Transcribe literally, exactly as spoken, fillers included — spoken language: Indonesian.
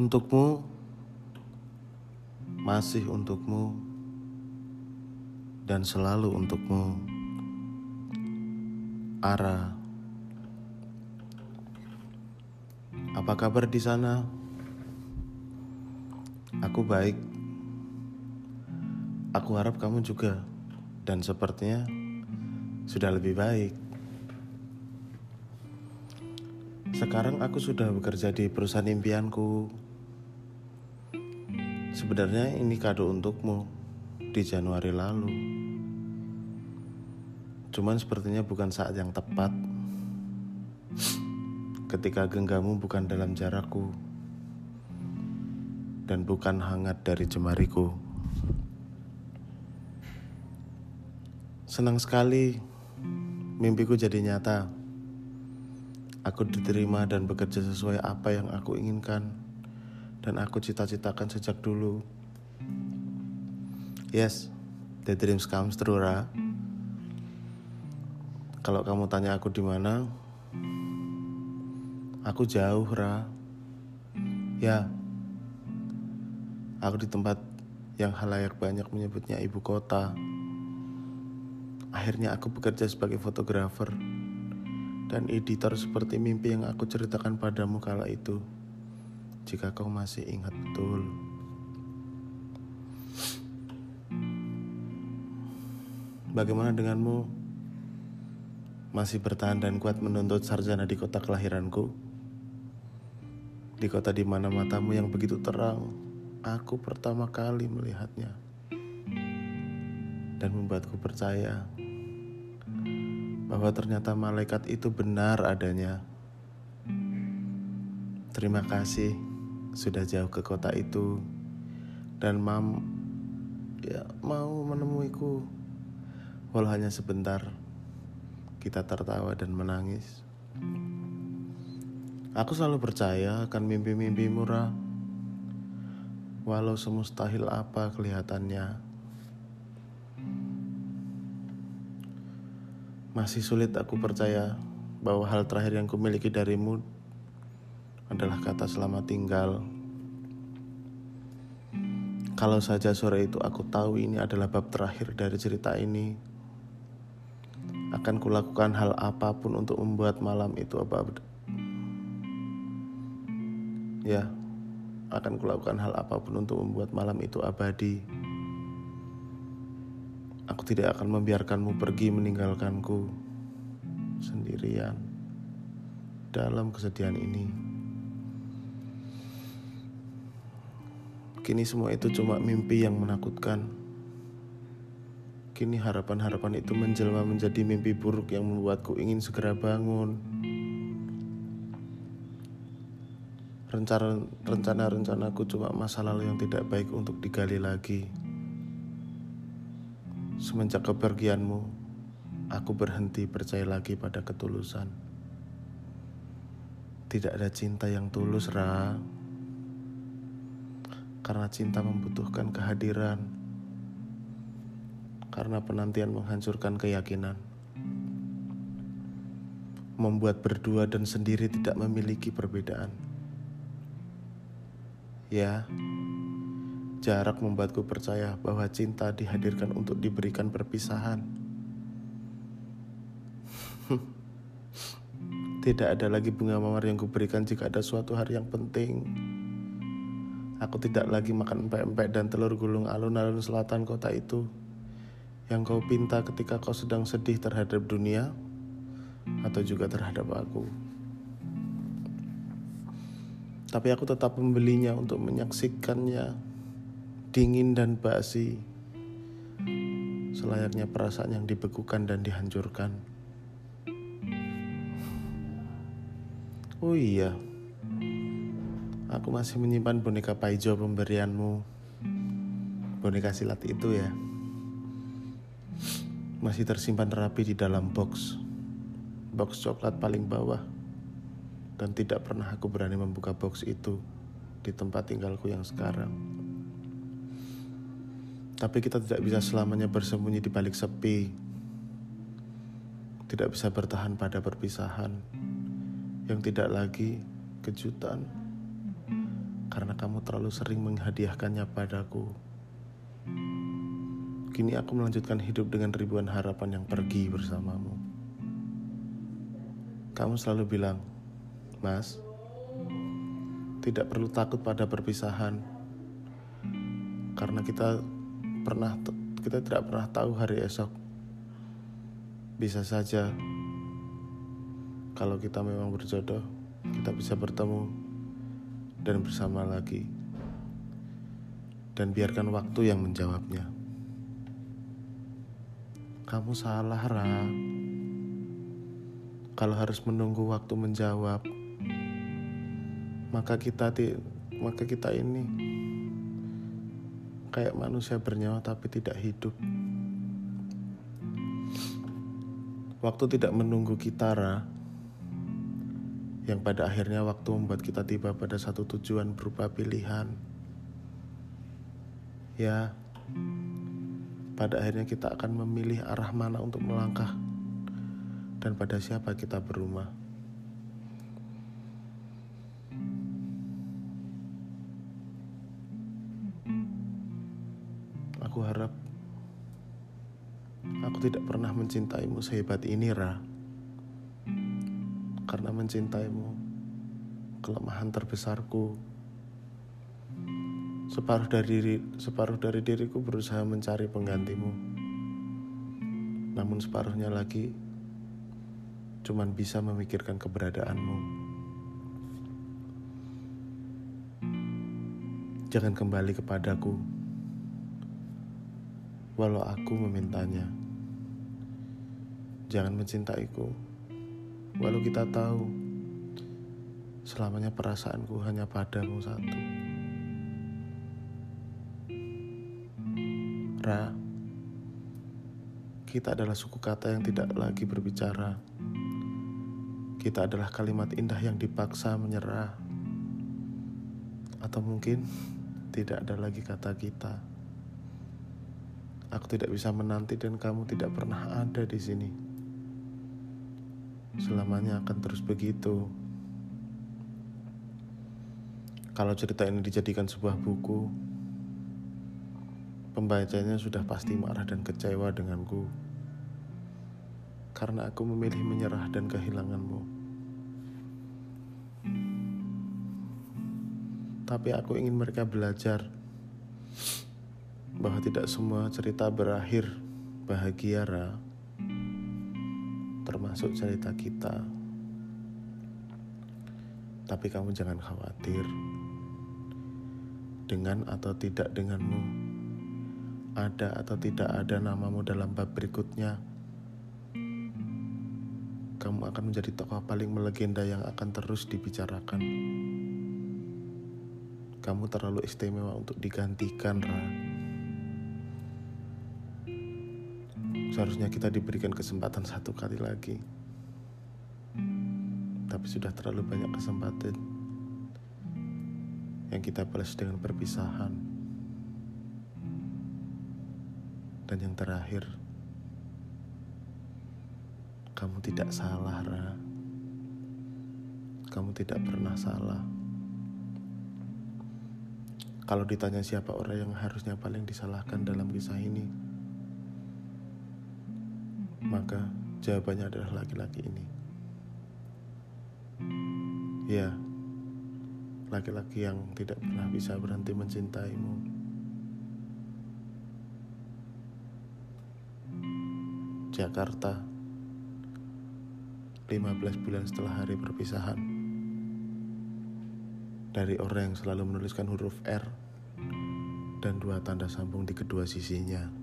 Untukmu, masih untukmu, dan selalu untukmu. Ara. Apa kabar di sana? Aku baik. Aku harap kamu juga, dan sepertinya sudah lebih baik. Sekarang aku sudah bekerja di perusahaan impianku. Sebenarnya ini kado untukmu di Januari lalu. Cuman sepertinya bukan saat yang tepat. Ketika genggammu bukan dalam jarakku dan bukan hangat dari jemariku. Senang sekali mimpiku jadi nyata. Aku diterima dan bekerja sesuai apa yang aku inginkan dan aku cita-citakan sejak dulu. Yes, the dreams comes true, Ra. Kalau kamu tanya aku di mana, aku jauh, Ra. Ya, aku di tempat yang halayak banyak menyebutnya ibu kota. Akhirnya aku bekerja sebagai fotografer dan editor seperti mimpi yang aku ceritakan padamu kala itu. Jika kau masih ingat betul. Bagaimana denganmu? Masih bertahan dan kuat menuntut sarjana di kota kelahiranku? Di kota di mana matamu yang begitu terang, aku pertama kali melihatnya. Dan membuatku percaya bahwa ternyata malaikat itu benar adanya. Terima kasih sudah jauh ke kota itu dan mam, ya, mau menemuiku. Walau hanya sebentar, kita tertawa dan menangis. Aku selalu percaya akan mimpi-mimpimu, Ra. Walau semustahil apa kelihatannya. Masih sulit aku percaya bahwa hal terakhir yang kumiliki darimu adalah kata selamat tinggal. Kalau saja sore itu aku tahu ini adalah bab terakhir dari cerita ini, akan kulakukan hal apapun untuk membuat malam itu abadi. Ya, akan kulakukan hal apapun untuk membuat malam itu abadi. Aku tidak akan membiarkanmu pergi meninggalkanku sendirian dalam kesedihan ini. Kini semua itu cuma mimpi yang menakutkan. Kini harapan-harapan itu menjelma menjadi mimpi buruk yang membuatku ingin segera bangun. Rencana-rencanaku cuma masa lalu yang tidak baik untuk digali lagi. Semenjak kepergianmu, aku berhenti percaya lagi pada ketulusan. Tidak ada cinta yang tulus, Ra. Karena cinta membutuhkan kehadiran. Karena penantian menghancurkan keyakinan. Membuat berdua dan sendiri tidak memiliki perbedaan. Ya, jarak membuatku percaya bahwa cinta dihadirkan untuk diberikan perpisahan. Tidak ada lagi bunga mawar yang kuberikan jika ada suatu hari yang penting. Aku tidak lagi makan empek-empek dan telur gulung alun-alun selatan kota itu yang kau pinta ketika kau sedang sedih terhadap dunia atau juga terhadap aku. Tapi aku tetap membelinya untuk menyaksikannya dingin dan basi, selayaknya perasaan yang dibekukan dan dihancurkan. Oh iya, aku masih menyimpan boneka Paijo pemberianmu. Boneka silat itu ya. Masih tersimpan rapi di dalam box. Box coklat paling bawah. Dan tidak pernah aku berani membuka box itu di tempat tinggalku yang sekarang. Tapi kita tidak bisa selamanya bersembunyi di balik sepi. Tidak bisa bertahan pada perpisahan yang tidak lagi kejutan karena kamu terlalu sering menghadiahkannya padaku. Kini aku melanjutkan hidup dengan ribuan harapan yang pergi bersamamu. Kamu selalu bilang, "Mas, tidak perlu takut pada perpisahan, karena kita pernah kita tidak pernah tahu hari esok. Bisa saja kalau kita memang berjodoh, kita bisa bertemu dan bersama lagi. Dan biarkan waktu yang menjawabnya." Kamu salah, Ra. Kalau harus menunggu waktu menjawab, maka kita ti, maka kita ini kayak manusia bernyawa tapi tidak hidup. Waktu tidak menunggu kita, Ra. Yang pada akhirnya waktu membuat kita tiba pada satu tujuan berupa pilihan. Ya, pada akhirnya kita akan memilih arah mana untuk melangkah dan pada siapa kita berumah. Aku harap aku tidak pernah mencintaimu sehebat ini, Ra. Karena mencintaimu kelemahan terbesarku. Separuh dari separuh dari diriku berusaha mencari penggantimu. Namun separuhnya lagi cuman bisa memikirkan keberadaanmu. Jangan kembali kepadaku, walau aku memintanya. Jangan mencintaiku, walau kita tahu selamanya perasaanku hanya padamu satu. Ra, kita adalah suku kata yang tidak lagi berbicara. Kita adalah kalimat indah yang dipaksa menyerah. Atau mungkin tidak ada lagi kata kita. Aku tidak bisa menanti dan kamu tidak pernah ada di sini. Selamanya akan terus begitu. Kalau cerita ini dijadikan sebuah buku, pembacanya sudah pasti marah dan kecewa denganku. Karena aku memilih menyerah dan kehilanganmu. Tapi aku ingin mereka belajar bahwa tidak semua cerita berakhir bahagia, Ra. Termasuk cerita kita. Tapi kamu jangan khawatir. Dengan atau tidak denganmu, ada atau tidak ada namamu dalam bab berikutnya, kamu akan menjadi tokoh paling melegenda yang akan terus dibicarakan. Kamu terlalu istimewa untuk digantikan, Ra. Seharusnya kita diberikan kesempatan satu kali lagi. Tapi sudah terlalu banyak kesempatan yang kita balas dengan perpisahan. Dan yang terakhir, kamu tidak salah, Ra. Kamu tidak pernah salah. Kalau ditanya siapa orang yang harusnya paling disalahkan dalam kisah ini, maka jawabannya adalah laki-laki ini. Ya, laki-laki yang tidak pernah bisa berhenti mencintaimu. Jakarta, lima belas bulan setelah hari perpisahan. Dari orang yang selalu menuliskan huruf R dan dua tanda sambung di kedua sisinya.